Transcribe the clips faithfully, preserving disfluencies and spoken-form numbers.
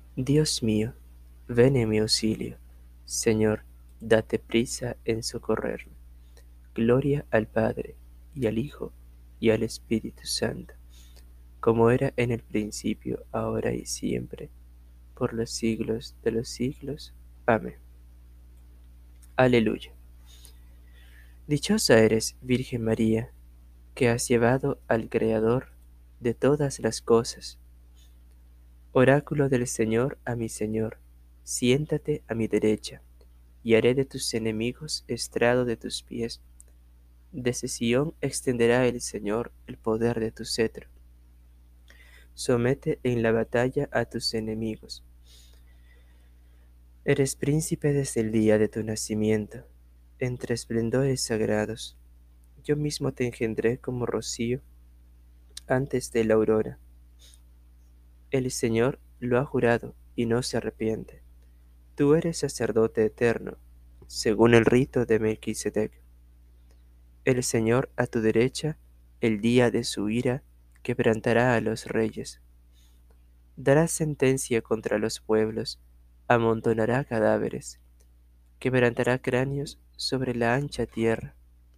Dios mío, ven en mi auxilio. Señor, date prisa en socorrerme. Gloria al Padre, y al Hijo, y al Espíritu Santo, como era en el principio, ahora y siempre, por los siglos de los siglos. Amén. Aleluya. Dichosa eres, Virgen María, que has llevado al Creador de todas las cosas. Oráculo del Señor a mi Señor, siéntate a mi derecha, y haré de tus enemigos estrado de tus pies. Desde Sión extenderá el Señor el poder de tu cetro. Somete en la batalla a tus enemigos. Eres príncipe desde el día de tu nacimiento, entre esplendores sagrados. Yo mismo te engendré como rocío antes de la aurora. El Señor lo ha jurado y no se arrepiente. Tú eres sacerdote eterno, según el rito de Melquisedec. El Señor a tu derecha, el día de su ira, quebrantará a los reyes. Dará sentencia contra los pueblos, amontonará cadáveres, quebrantará cráneos sobre la ancha tierra.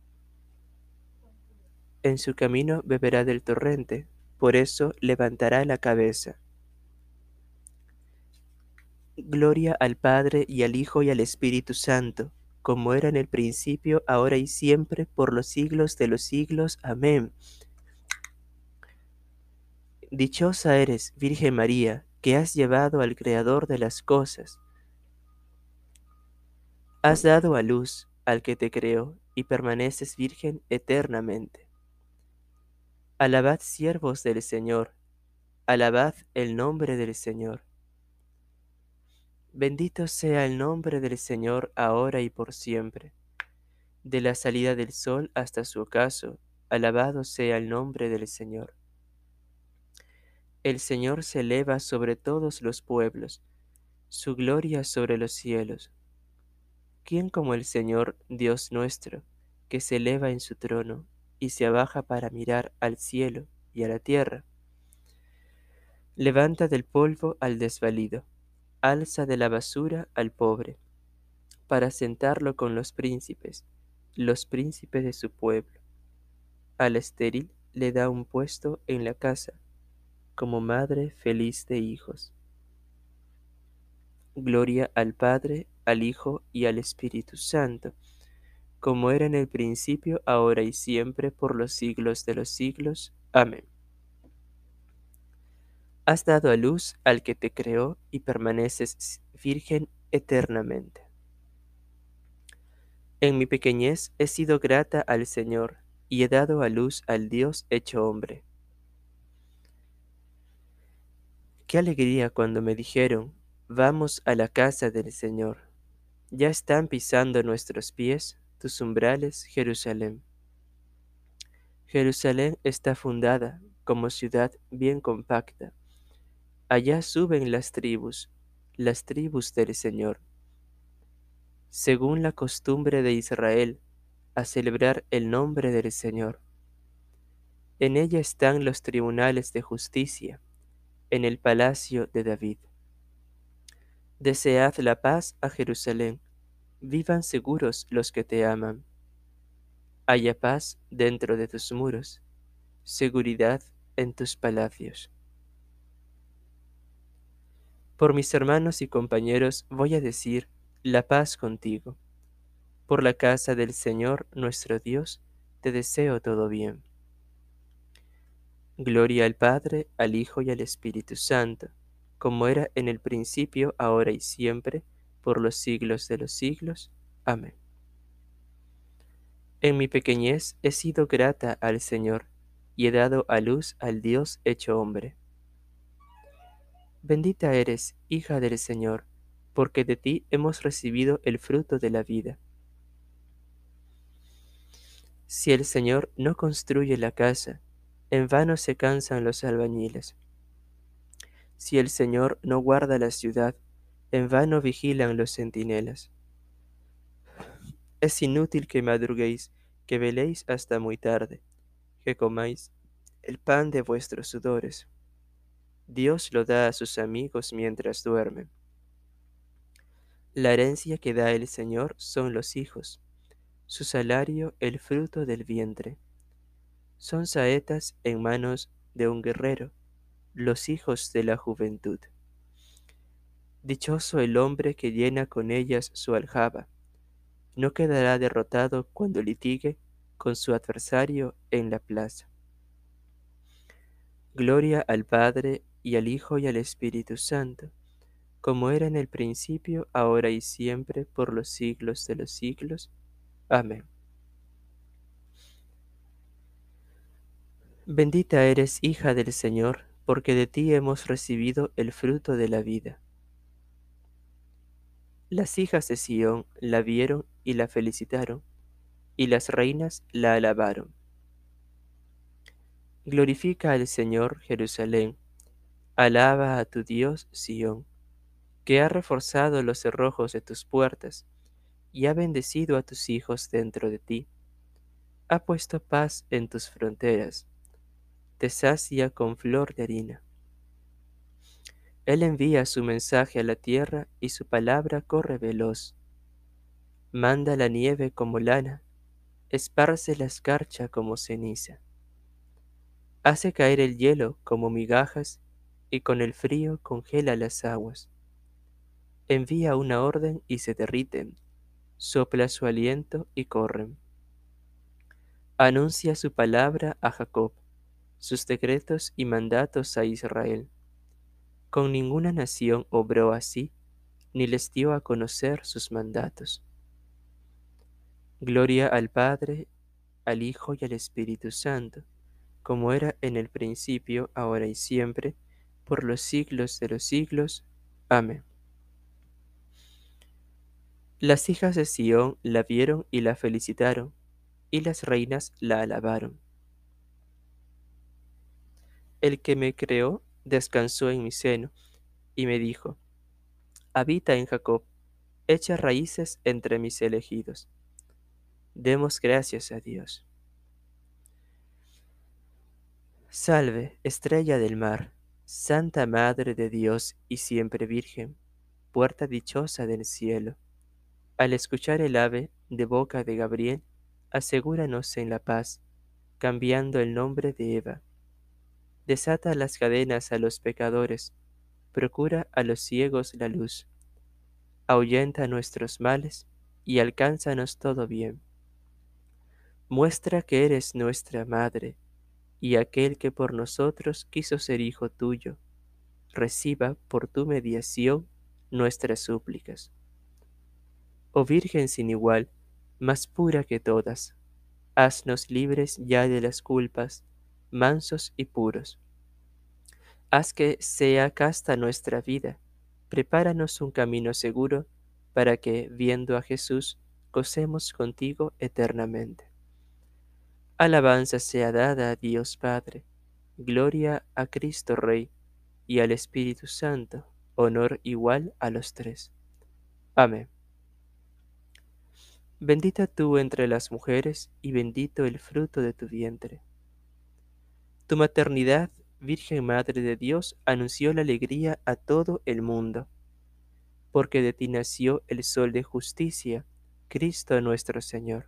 En su camino beberá del torrente, por eso levantará la cabeza. Gloria al Padre y al Hijo y al Espíritu Santo, como era en el principio, ahora y siempre, por los siglos de los siglos. Amén. Dichosa eres, Virgen María, que has llevado al Creador de las cosas. Has dado a luz al que te creó y permaneces virgen eternamente. Alabad, siervos del Señor, alabad el nombre del Señor. Bendito sea el nombre del Señor ahora y por siempre. De la salida del sol hasta su ocaso, alabado sea el nombre del Señor. El Señor se eleva sobre todos los pueblos, su gloria sobre los cielos. ¿Quién como el Señor, Dios nuestro, que se eleva en su trono y se abaja para mirar al cielo y a la tierra? Levanta del polvo al desvalido, alza de la basura al pobre, para sentarlo con los príncipes, los príncipes de su pueblo. Al estéril le da un puesto en la casa, como madre feliz de hijos. Gloria al Padre, al Hijo y al Espíritu Santo, como era en el principio, ahora y siempre, por los siglos de los siglos. Amén. Has dado a luz al que te creó y permaneces virgen eternamente. En mi pequeñez he sido grata al Señor y he dado a luz al Dios hecho hombre. Qué alegría cuando me dijeron, vamos a la casa del Señor. Ya están pisando nuestros pies tus umbrales, Jerusalén. Jerusalén está fundada como ciudad bien compacta. Allá suben las tribus, las tribus del Señor, según la costumbre de Israel, a celebrar el nombre del Señor. En ella están los tribunales de justicia, en el palacio de David. Desead la paz a Jerusalén, vivan seguros los que te aman. Haya paz dentro de tus muros, seguridad en tus palacios. Por mis hermanos y compañeros voy a decir, la paz contigo. Por la casa del Señor nuestro Dios, te deseo todo bien. Gloria al Padre, al Hijo y al Espíritu Santo, como era en el principio, ahora y siempre, por los siglos de los siglos. Amén. En mi pequeñez he sido grata al Señor, y he dado a luz al Dios hecho hombre. Bendita eres, hija del Señor, porque de ti hemos recibido el fruto de la vida. Si el Señor no construye la casa, en vano se cansan los albañiles. Si el Señor no guarda la ciudad, en vano vigilan los centinelas. Es inútil que madruguéis, que veléis hasta muy tarde, que comáis el pan de vuestros sudores. Dios lo da a sus amigos mientras duermen. La herencia que da el Señor son los hijos, su salario el fruto del vientre. Son saetas en manos de un guerrero, los hijos de la juventud. Dichoso el hombre que llena con ellas su aljaba, no quedará derrotado cuando litigue con su adversario en la plaza. Gloria al Padre, y al Hijo, y al Espíritu Santo, como era en el principio, ahora y siempre, por los siglos de los siglos. Amén. Bendita eres, hija del Señor, porque de ti hemos recibido el fruto de la vida. Las hijas de Sión la vieron y la felicitaron, y las reinas la alabaron. Glorifica al Señor, Jerusalén, alaba a tu Dios, Sión, que ha reforzado los cerrojos de tus puertas, y ha bendecido a tus hijos dentro de ti. Ha puesto paz en tus fronteras, te sacia con flor de harina. Él envía su mensaje a la tierra, y su palabra corre veloz. Manda la nieve como lana, esparce la escarcha como ceniza. Hace caer el hielo como migajas, y con el frío congela las aguas. Envía una orden y se derriten, sopla su aliento y corren. Anuncia su palabra a Jacob, sus decretos y mandatos a Israel. Con ninguna nación obró así, ni les dio a conocer sus mandatos. Gloria al Padre, al Hijo y al Espíritu Santo, como era en el principio, ahora y siempre, por los siglos de los siglos. Amén. Las hijas de Sión la vieron y la felicitaron, y las reinas la alabaron. El que me creó descansó en mi seno, y me dijo: habita en Jacob, echa raíces entre mis elegidos. Demos gracias a Dios. Salve, estrella del mar, Santa Madre de Dios y siempre Virgen, puerta dichosa del cielo. Al escuchar el ave de boca de Gabriel, asegúranos en la paz, cambiando el nombre de Eva. Desata las cadenas a los pecadores, procura a los ciegos la luz. Ahuyenta nuestros males y alcánzanos todo bien. Muestra que eres nuestra madre, y aquel que por nosotros quiso ser hijo tuyo, reciba por tu mediación nuestras súplicas. Oh Virgen sin igual, más pura que todas, haznos libres ya de las culpas, mansos y puros. Haz que sea casta nuestra vida, prepáranos un camino seguro, para que, viendo a Jesús, gocemos contigo eternamente. Alabanza sea dada a Dios Padre, gloria a Cristo Rey, y al Espíritu Santo, honor igual a los tres. Amén. Bendita tú entre las mujeres, y bendito el fruto de tu vientre. Tu maternidad, Virgen Madre de Dios, anunció la alegría a todo el mundo, porque de ti nació el Sol de justicia, Cristo nuestro Señor.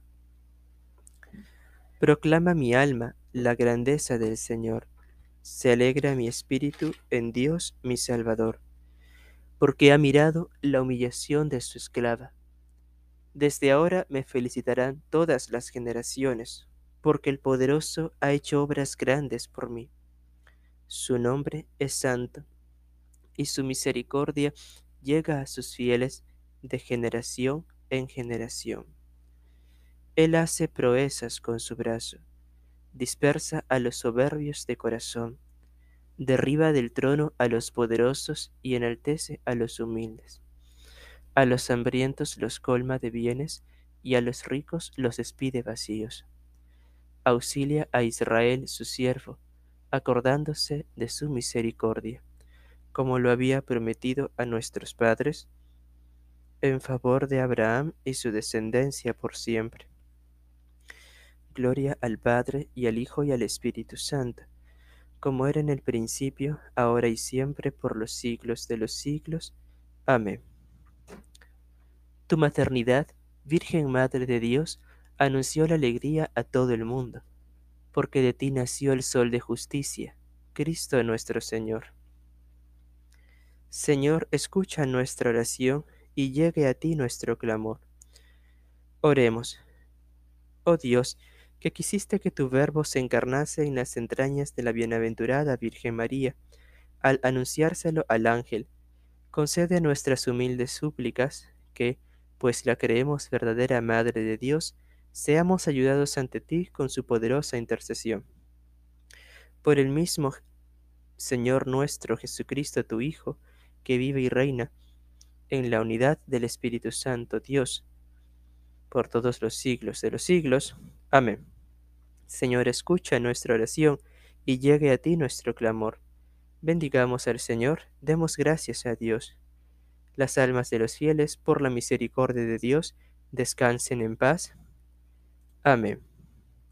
Proclama mi alma la grandeza del Señor. Se alegra mi espíritu en Dios mi Salvador, porque ha mirado la humillación de su esclava. Desde ahora me felicitarán todas las generaciones, porque el Poderoso ha hecho obras grandes por mí. Su nombre es santo, y su misericordia llega a sus fieles de generación en generación. Él hace proezas con su brazo, dispersa a los soberbios de corazón, derriba del trono a los poderosos y enaltece a los humildes. A los hambrientos los colma de bienes, y a los ricos los despide vacíos. Auxilia a Israel su siervo, acordándose de su misericordia, como lo había prometido a nuestros padres, en favor de Abraham y su descendencia por siempre. Gloria al Padre, y al Hijo, y al Espíritu Santo, como era en el principio, ahora y siempre, por los siglos de los siglos. Amén. Tu maternidad, Virgen Madre de Dios, anunció la alegría a todo el mundo, porque de ti nació el Sol de justicia, Cristo nuestro Señor. Señor, escucha nuestra oración y llegue a ti nuestro clamor. Oremos. Oh Dios, que quisiste que tu Verbo se encarnase en las entrañas de la bienaventurada Virgen María, al anunciárselo al ángel, concede a nuestras humildes súplicas que, pues la creemos verdadera Madre de Dios, seamos ayudados ante ti con su poderosa intercesión. Por el mismo Señor nuestro Jesucristo, tu Hijo, que vive y reina en la unidad del Espíritu Santo, Dios, por todos los siglos de los siglos. Amén. Señor, escucha nuestra oración y llegue a ti nuestro clamor. Bendigamos al Señor, demos gracias a Dios. Las almas de los fieles, por la misericordia de Dios, descansen en paz. Amén.